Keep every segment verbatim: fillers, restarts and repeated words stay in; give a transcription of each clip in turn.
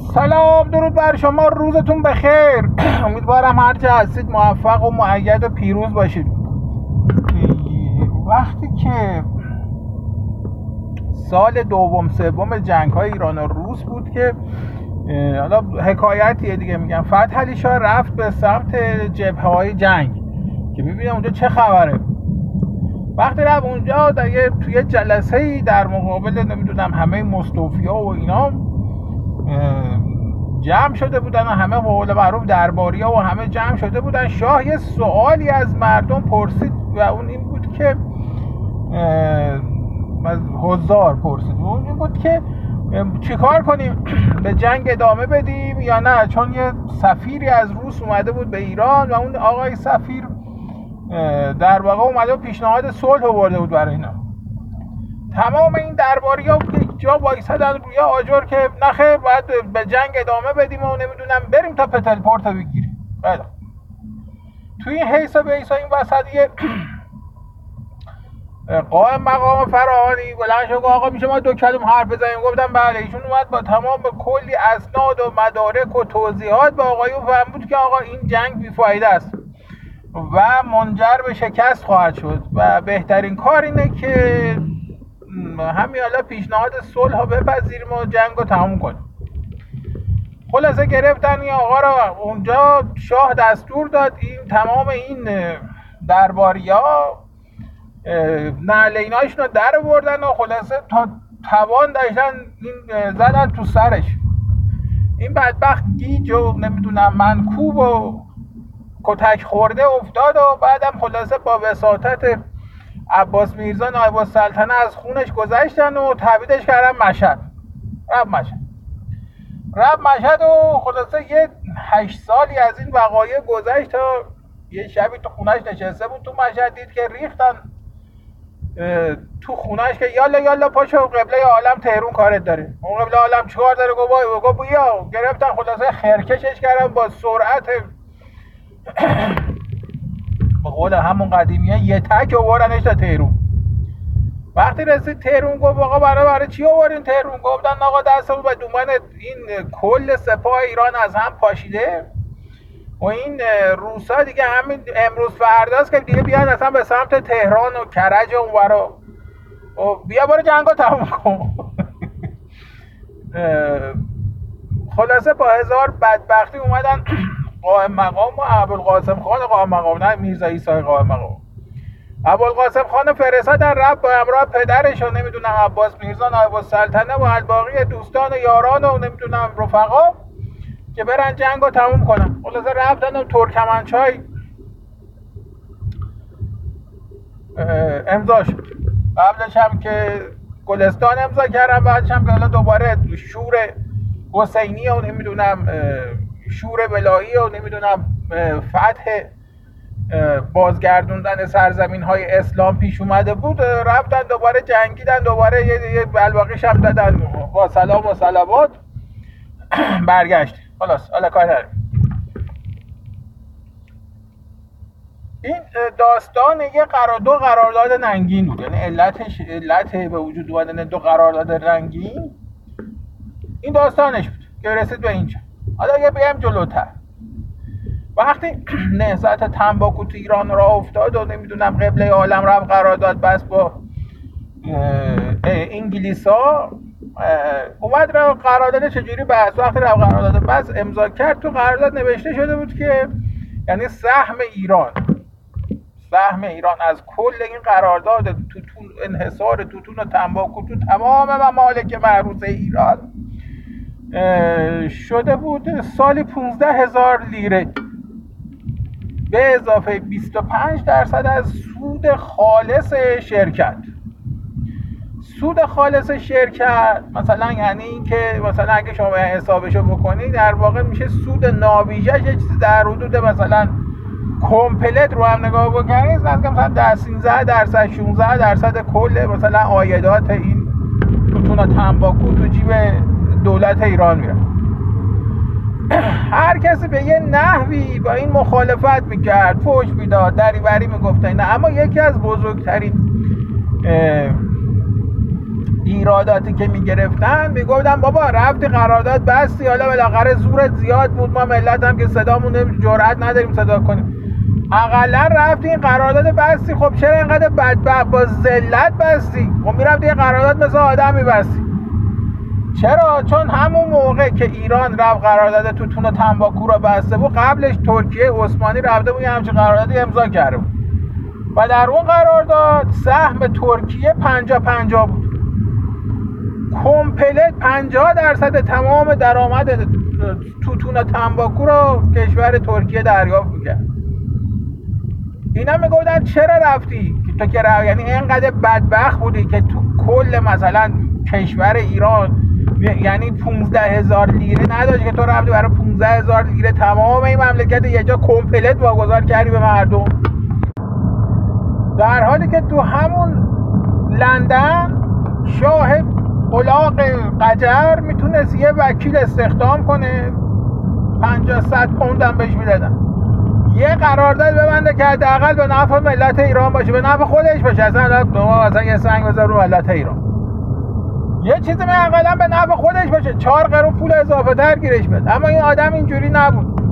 سلام، درود بر شما، روزتون بخیر. امیدوارم هرچه هستید موفق و مؤید و پیروز باشید. وقتی که سال دوم سوم جنگ های ایران و روس بود که حالا حکایتیه دیگه، میگم فتح علی شاه رفت به سمت جبهه های جنگ که ببینم اونجا چه خبره. وقتی رفت اونجا در یه توی جلسه‌ای در مقابل نمیدونم همه مستوفیا و اینا جمع شده بودن و همه قول معروف درباریا و همه جمع شده بودن. شاه یه سوالی از مردم پرسید و اون این بود که از حضار پرسید و اون این بود که چیکار کنیم، به جنگ ادامه بدیم یا نه؟ چون یه سفیری از روس اومده بود به ایران و اون آقای سفیر در واقع اومده و پیشنهاد صلح آورده بود برای اینا. تمام این درباریا یک جا وایسادن روی آجر که نخیر باید به جنگ ادامه بدیم و نمیدونم بریم تا پترپورت رو بگیریم. بله. توی این حیث و بیسا این وسط یه قائم مقام فراهانی بلند شد آقا میشه ما دو کلمه حرف بزنیم؟ گفتم بله. ایشون اومد با تمام کلی اسناد و مدارک و توضیحات به آقایون فرمود که آقا این جنگ بیفایده است و منجر به شکست خواهد شد و بهترین کار اینه که همین حالا پیشنهاد صلح رو بپذیریم و جنگ رو تموم کنیم. خلاصه گرفتن این آقا رو اونجا. شاه دستور داد این تمام این درباریا نعلیناشون رو در آوردن و خلاصه تا توان داشتن این زدن تو سرش. این بدبخت گیج و نمیدونم منکوب و کتک خورده افتاد و بعدم خلاصه با وساطت عباس میرزا نایب السلطنه از خونش گذشتن و تبعیدش کردن مشهد. رفت مشهد رفت مشهد و خلاصه یه هشت سالی از این وقایع گذشت تا یه شبی تو خونش نشسته بود تو مشهد، دید که ریختن تو خونش که یالا یالا پاشو قبله عالم تهرون کارت داره. اون قبله عالم چیکار داره؟ گفت وای گفت بیا. گرفتن خلاصه خرکشش کردن با سرعت به قول همون قدیمیه یه تک آوردنش تا تهرون. وقتی رسید تهرون گفت آقا برای برای چی آوردین تهرون؟ گفتن آقا دستمون به دومن این کل سپاه ایران از هم پاشیده و این روسا دیگه همین امروز فرداست که دیگه بیان اصلا به سمت تهران و کرج و اونورا و بیا برو جنگو تموم کن. خلاصه با هزار بدبختی اومدن قائم مقام و ابوالقاسم خان قائم مقام، نه میرزا عیسی قائم مقام، ابوالقاسم خان فرستادن رفت با همراه پدرش و نمیدونم عباس میرزا نایب السلطنه و الباقی دوستان و یاران و نمیدونم رفقا که برن جنگو تموم کنن. خلاصه رفتن و ترکمنچای امضا شد. قبلش هم که گلستان امضا کردن، بعدش هم که حالا دوباره شور حسینی و نمیدونم شور ولایی و نمیدونم فتح بازگردوندن سرزمین های اسلام پیش اومده بود، رفتن دوباره جنگیدن، دوباره یه, یه بلواقیش هم دادن با سلام و صلوات برگشت. خلاص حالا کار نداریم. این داستان یه قرار دو قرارداد رنگین بود، یعنی علتش علت به وجود اومدن دو قرارداد رنگین این داستانش بود که رسید به اینجا. حالا یه بیم جلوتر. وقتی نهضت تنباکو تو ایران راه افتاد و نمیدونم قبله عالم رفت قرارداد بس با انگلیسا، اومد رو قرارداد چجوری بس. وقتی رفت قرارداد بس امضا کرد، تو قرارداد نوشته شده بود که یعنی سهم ایران سهم ایران از کل این قرارداد توتون انحصار توتون و تنباکو تو تمام ممالک معروضه ایران شده بود سالی پونزده هزار لیره به اضافه بیست و پنج درصد از سود خالص شرکت. سود خالص شرکت مثلا یعنی این که مثلا اگه شما حسابشو بکنید در واقع میشه سود ناویژه‌اش یه چیزی در حدود مثلا کامپلت رو هم نگاه بکنید مثلا ده سیزده درصد شانزده درصد کل مثلا عایدات این توتون و تنباکو تو جیب دولت ایران میره. هر کسی به یه نحوی با این مخالفت میکرد، فوش میداد، دریوری میگفت اینا. اما یکی از بزرگترین ایراداتی که میگرفتن میگفتن بابا رفتی قرارداد بستی، حالا بالاخره زورت زیاد بود، ما ملت هم که صدامون جرئت نداریم صدا کنیم، اقلا رفتی این قرارداد بستی، خب چرا اینقدر بدبخت با ذلت بستی؟ خب میرفتی این قرارداد مثل آدم میبستی. چرا؟ چون همون موقع که ایران رفت قرارداد توتون تنباکو رو بسته بود، قبلش ترکیه عثمانی رفته بود یه همچین قراردادی امضا کرده بود و در اون قرارداد سهم ترکیه پنجاه پنجاه بود، کمپلت پنجاه درصد تمام درآمد توتون تنباکو رو کشور ترکیه دریافت می‌کرد. اینا میگفتن چرا رفتی؟ تو که رفتی یعنی اینقدر بدبخت بودی که تو کل مثلا کشور ایران یعنی پونزده هزار لیره نداشت که تو رفتی برای پونزده هزار لیره تمام این مملکت یه جا کمپلت واگذار کردی به مردم، در حالی که تو همون لندن شاه الاغ قجر میتونست یه وکیل استخدام کنه، پنجاه صد پوند هم بهش میدادن، یه قرارداد ببنده که حداقل به نفع ملت ایران باشه، به نفع خودش باشه، اصلا اصلا یه سنگ بذار رو ملت ایران، یه چیزی من اقلا به نفع خودش باشه، چهار قرون پول اضافه تر گیرش بده. اما این آدم اینجوری نبود.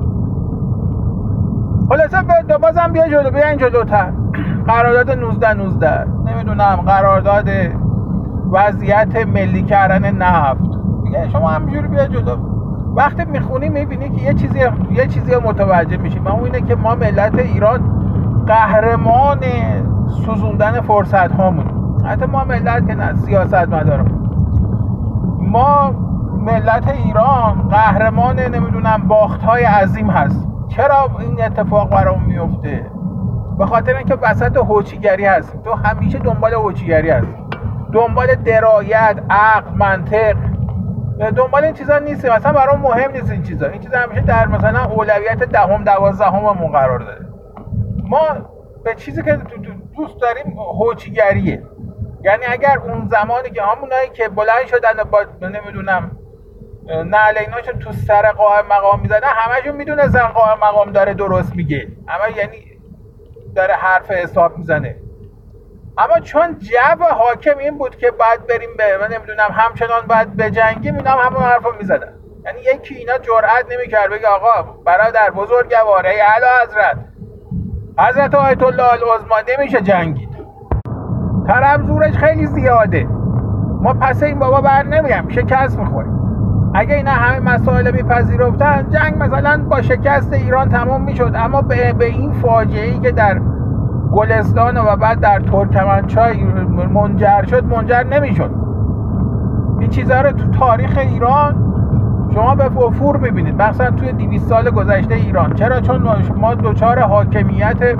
خلاصه بازم بیا جلو، بیا این جلوتر، قرارداد نوزده نوزده نمیدونم، قرارداد وضعیت ملی کردن نفت، دیگه شما همینجوری بیا جلو. وقتی میخونی میبینی که یه چیزی یه چیزی متوجه میشی، اون اینه که ما ملت ایران قهرمان سوزوندن فرصت هامون، حتی ما ملت که نه سیاست مدارم، ما ملت ایران قهرمان نمیدونم باخت‌های عظیم هست. چرا این اتفاق برام میفته؟ به خاطر اینکه وسط هوچیگری هست. تو همیشه دنبال هوچیگری هست، دنبال درایت، عقل، منطق، دنبال این چیزا نیست. مثلا برام مهم نیست این چیزا. این چیزا همیشه در مثلا اولویت دهم دوازدهممون قرار داره. ما به چیزی که دوست داریم هوچیگریه. یعنی اگر اون زمانی که همونایی که بلند شدن با نمیدونم نعلیناشون تو سر قائم مقام میزدن، همشون میدونستن قائم مقام داره درست میگه، اما یعنی داره حرف حساب میزنه، اما چون جو حاکم این بود که باید بریم به من نمیدونم همچنان باید بجنگیم، اینا هم همون حرفو میزدن. یعنی یکی اینا جرئت نمیکرد بگه آقا برادر بزرگوار ای اعلی حضرت حضرت آیت الله العظما نمیشه جنگید، طرف زورش خیلی زیاده، ما پس این بابا بر نمیام، شکست میخوریم. اگه اینا همه مسائل میپذیرفتن، جنگ مثلا با شکست ایران تمام میشد، اما به, به این فاجعه‌ای که در گلستان و بعد در ترکمنچای منجر شد منجر نمیشد. این چیزها رو تو تاریخ ایران شما به وفور میبینید، مثلا توی دویست سال گذشته ایران. چرا؟ چون ما دوچار حاکمیت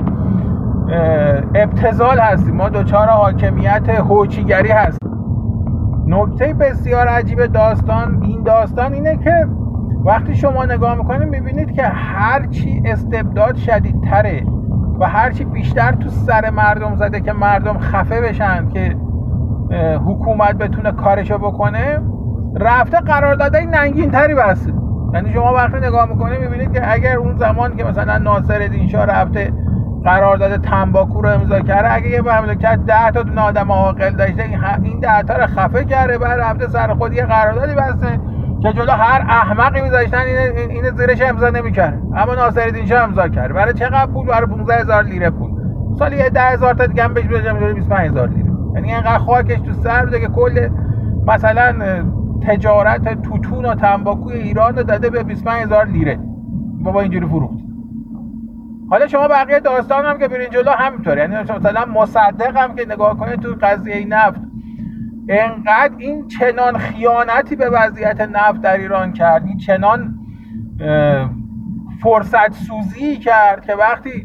ابتذال هستیم، ما دوچار حاکمیت هوچیگری هستیم. نکته بسیار عجیب داستان این داستان اینه که وقتی شما نگاه میکنید میبینید که هرچی استبداد شدیدتره و هرچی بیشتر تو سر مردم زده که مردم خفه بشن که حکومت بتونه کارشو بکنه، رفته قراردادهای ننگین تری بسته. یعنی شما وقتی نگاه میکنید میبینید که اگر اون زمان که مثلا ناصرالدین شاه رفته قرارداد تنباکو رو امضا کرده، اگه یه مملکت ده تا دونه آدم عاقل داشته، این ده تا رو خفه کرده، بعد رفته سر خود یه قراردادی بسته که جلو هر احمقی میذاشتن این این زیرش امضا نمی‌کرد، اما ناصرالدین شاه امضا کرد. برای چقدر پول؟ برای پانزده هزار لیره پول. سالی یه ده هزار تا دیگه هم بهش بده، میشه بیست و پنج هزار لیره. یعنی اینقدر خاکش تو سر بوده که کل مثلا تجارت توتون و تنباکوی ایران رو داده به بیست و پنج هزار لیره. بابا اینجوری فروخت. حالا شما بقیه داستان هم که برین جلو همینطوره. یعنی مثلا مصدق هم که نگاه کنید تو قضیه نفت، انقدر این چنان خیانتی به وضعیت نفت در ایران کرد، این چنان فرصت سوزی کرد که وقتی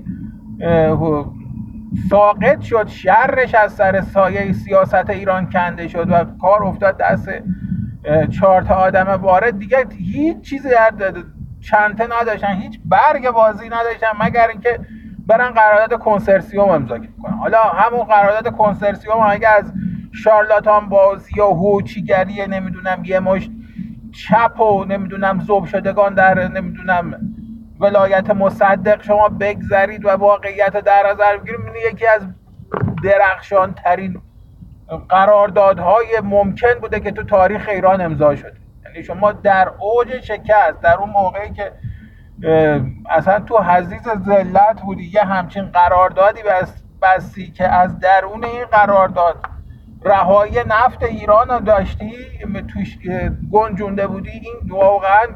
ساقط شد، شرش از سر سایه سیاست ایران کنده شد و کار افتاد دست چهار تا آدم وارد، دیگه هیچ چیزی در چنته نداشتن، هیچ برگ بازی نداشتن مگر اینکه برن قرارداد کنسرسیوم امضا کنن. حالا همون قرارداد کنسرسیوم اگه از شارلاتان بازی و هوچیگری نمیدونم یه مشت چپ و نمیدونم ذوب شدگان در نمیدونم ولایت مصدق شما بگذرید و واقعیت در نظر بگیرید، میبینید یکی از درخشان ترین قراردادهای ممکن بوده که تو تاریخ ایران امضا شده. یعنی شما در اوج شکست، در اون موقعی که اصلا تو حضیض ذلت بودی، یه همچین قراردادی بس بستی که از درون این قرارداد رهایی نفت ایران رو داشتی، توش گنجونده بودی. این واقعا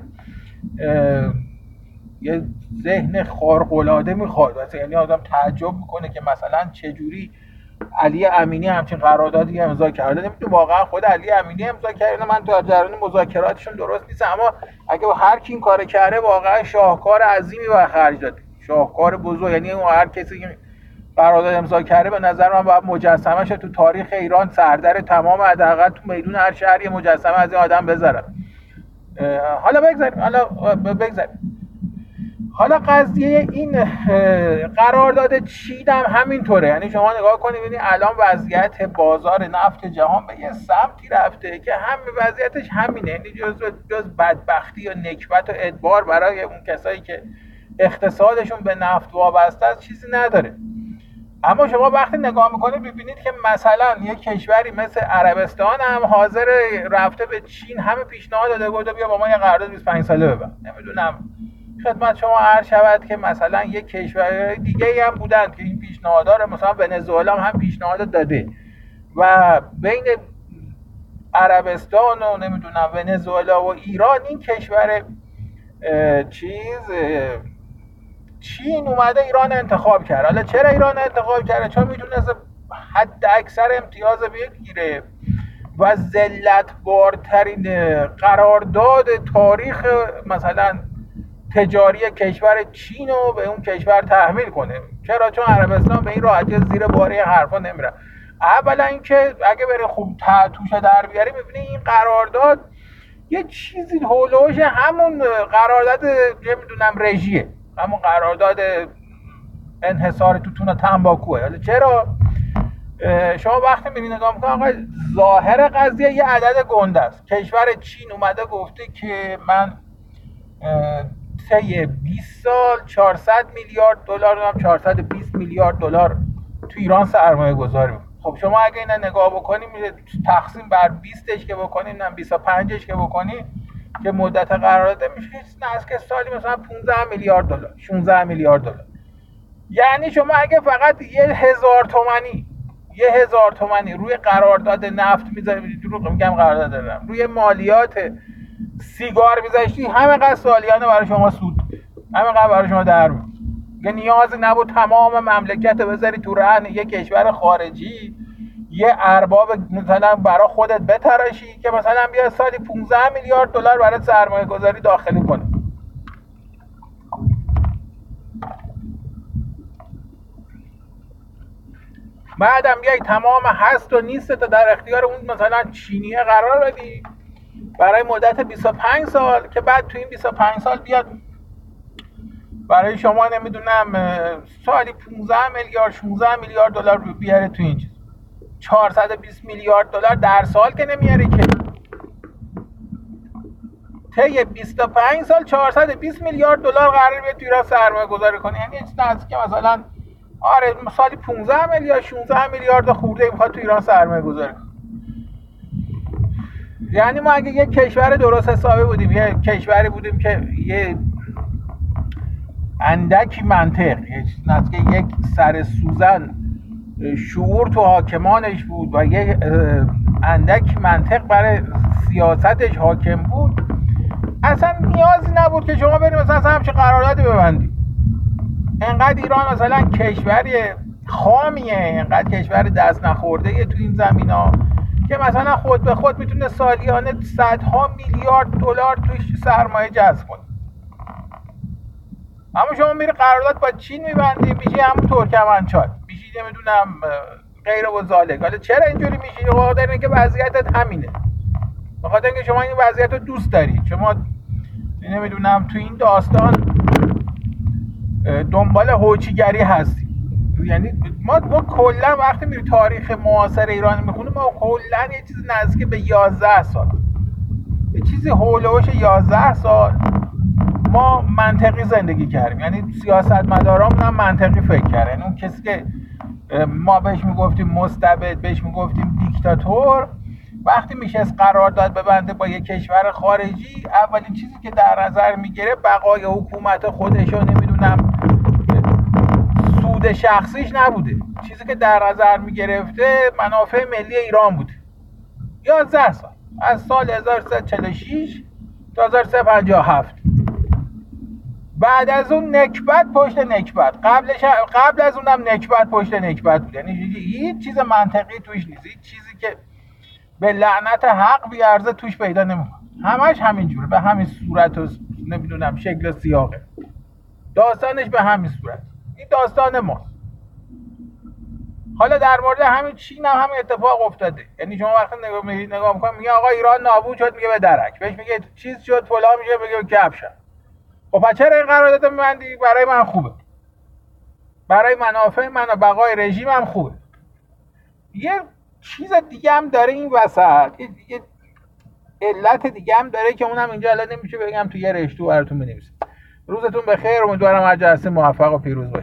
یه ذهن خارق‌العاده میخواد. یعنی آدم تعجب میکنه که مثلا چجوری علی امینی همچین قراردادی امضا کرده. نمیدونم واقعا خود علی امینی امضا کرده، من تو جریان مذاکراتشون درست نیستم، اما اگه هر کی این کارو کرده واقعا شاهکار عظیمی به خرج داده، شاهکار بزرگ. یعنی هر کسی که قرارداد امضا کرده به نظر من باید مجسمه‌اش تو تاریخ ایران سردر تمام، حداقل تو میدون هر شهری مجسمه از این آدم بذارن. حالا بگذاریم حالا بگذاریم حالا قضیه این قرارداد چین هم همینطوره. یعنی شما نگاه کنید ببینید الان وضعیت بازار نفت جهان به یه سمتی رفته که هم وضعیتش همینه. یعنی جز جز بدبختی و نکبت و ادبار برای اون کسایی که اقتصادشون به نفت وابسته است چیزی نداره. اما شما وقتی نگاه میکنید ببینید که مثلا یک کشوری مثل عربستان هم حاضر رفته به چین همه پیشنهاد داده گفته بیا با ما یه قرارداد بیست و پنج ساله ببند. نمیدونم خدمت شما عرض شود که مثلا یک کشور دیگه هم بودند که این پیشنهادها رو، مثلا ونزوئلا هم پیشنهاد داده و بین عربستان و نمیدونم ونزوئلا و ایران این کشور چیز چین اومده ایران انتخاب کرد. حالا چرا ایران انتخاب کرده؟ چون میتونست حد اکثر امتیاز بگیره و ذلت بارترین قرارداد تاریخ مثلا تجاری کشور چین رو به اون کشور تحمیل کنه. چرا؟ چون عربستان به این راحتی زیر باره حرفا نمیره. اولا اینکه اگه بره خوب توش در بیاری میبینی این قرارداد یه چیزی هولوش همون قرارداد چه میدونم رژیه، همون قرارداد انحصار توتون و تنباکوه. حالا چرا؟ شما وقتی میبینی نگاه میکنی آقا ظاهر قضیه یه عدد گنده است. کشور چین اومده گفته که من طی بیست سال چهارصد میلیارد دلار هم چهارصد و بیست میلیارد دلار تو ایران سرمایه گذاری میکنه. خب شما اگه اینا نگاه بکنیم تقسیم بر بیستش که بکنیم نه بیست و پنجش که بکنیم که مدت قرارداد میشه نزدیک سالی مثلا پانزده میلیارد دلار شانزده میلیارد دلار. یعنی شما اگه فقط یه هزار تومانی یه هزار تومانی روی قرارداد نفت میذاری، دروغ میگم قرارداد دارم، روی مالیات سیگار میذاشتی همینقدر سالیانه برای شما سود، همینقدر برای شما در میاد. یه نیازی نبود تمام مملکت بذاری تو رهن یه کشور خارجی، یه ارباب مثلا برای خودت بتراشی که مثلا بیا سالی پانزده میلیارد دلار برای سرمایه گذاری داخلی کنه. بعدم بیای تمام هست و نیست تا در اختیار اون مثلا چینیه قرار بدی برای مدت بیست و پنج سال که بعد تو این بیست و پنج سال بیاد برای شما نمیدونم سالی پانزده میلیارد شانزده میلیارد دلار بیاره تو این چیز. چهارصد و بیست میلیارد دلار در سال که نمیاره که، طی بیست و پنج سال چهارصد و بیست میلیارد دلار قرار بیاد تو ایران سرمایه گذاری کنه. یعنی چیز نزدیک مثلا آره سالی پانزده میلیارد شانزده میلیارد خورده میخواد تو ایران سرمایه گذاری کنه. یعنی ما اگه یک کشور درست حسابی بودیم، یه کشوری بودیم که یه اندکی منطق، نزدیک یک سر سوزن شعور تو حاکمانش بود و یک اندک منطق برای سیاستش حاکم بود، اصلا نیازی نبود که شما بریم مثلا همچین قراردادی ببندی. انقدر ایران مثلا کشوری خامیه، انقدر کشور دست نخورده تو این زمین ها که مثلا خود به خود میتونه سالیانه صدها میلیارد دلار توش سرمایه جذب کنه. اما شما میری قرارداد با چین میبندی میشی همون ترکمنچای، میشی نمیدونم غیر و ذالک. حالا چرا اینجوری میشی؟ به خاطر اینکه وضعیتت همینه، به خاطر اینکه شما این وضعیت رو دوست داری. شما نمیدونم تو این داستان دنبال هوچیگری هستی. یعنی ما ما کلا وقتی میری تاریخ معاصر ایران میخونیم ما کلا یه چیز نزدیک به یازده سال، یه چیزی هولوش یازده سال ما منطقی زندگی کردیم. یعنی سیاستمدارامون هم منطقی فکر کردن. اون کسی که ما بهش میگفتیم مستبد، بهش میگفتیم دیکتاتور وقتی میشست قرارداد ببنده با یک کشور خارجی، اولین چیزی که در نظر میگیره بقای حکومت خودش و نمیدونم سود شخصیش نبوده. چیزی که در نظر میگرفته منافع ملی ایران بوده. یازده سال، از سال هزار و سیصد و چهل و شش تا هزار و سیصد و پنجاه و هفت. بعد از اون نکبت پشت نکبت، قبلش قبل از اونم نکبت پشت نکبت بود. یعنی هیچ چیز منطقی توش نیست، هیچ چیزی که به لعنت حق بیارزه توش پیدا نمیکنه. همش همینجوره، به همین صورت و نمیدونم شکل و سیاقه. داستانش به همین صورت. این داستان ماست. حالا در مورد همین چین هم همین اتفاق افتاده. یعنی شما وقتی نگاه میکنید نگاه میکنید میگه آقا ایران نابود شد، میگه به درک. بهش میگه چیز شد فلان، میگه میگه کفشم. خب پس چرا این قرارداد میبندی؟ برای من خوبه، برای منافع من و بقای رژیم هم خوبه. یه چیز دیگه هم داره این وسط، یه علت دیگه هم داره که اونم اینجا الان نمیشه بگم تو یه رشته براتون بنویسم. روزتون بخیر، امیدوارم هر جلسه موفق و پیروز باشید.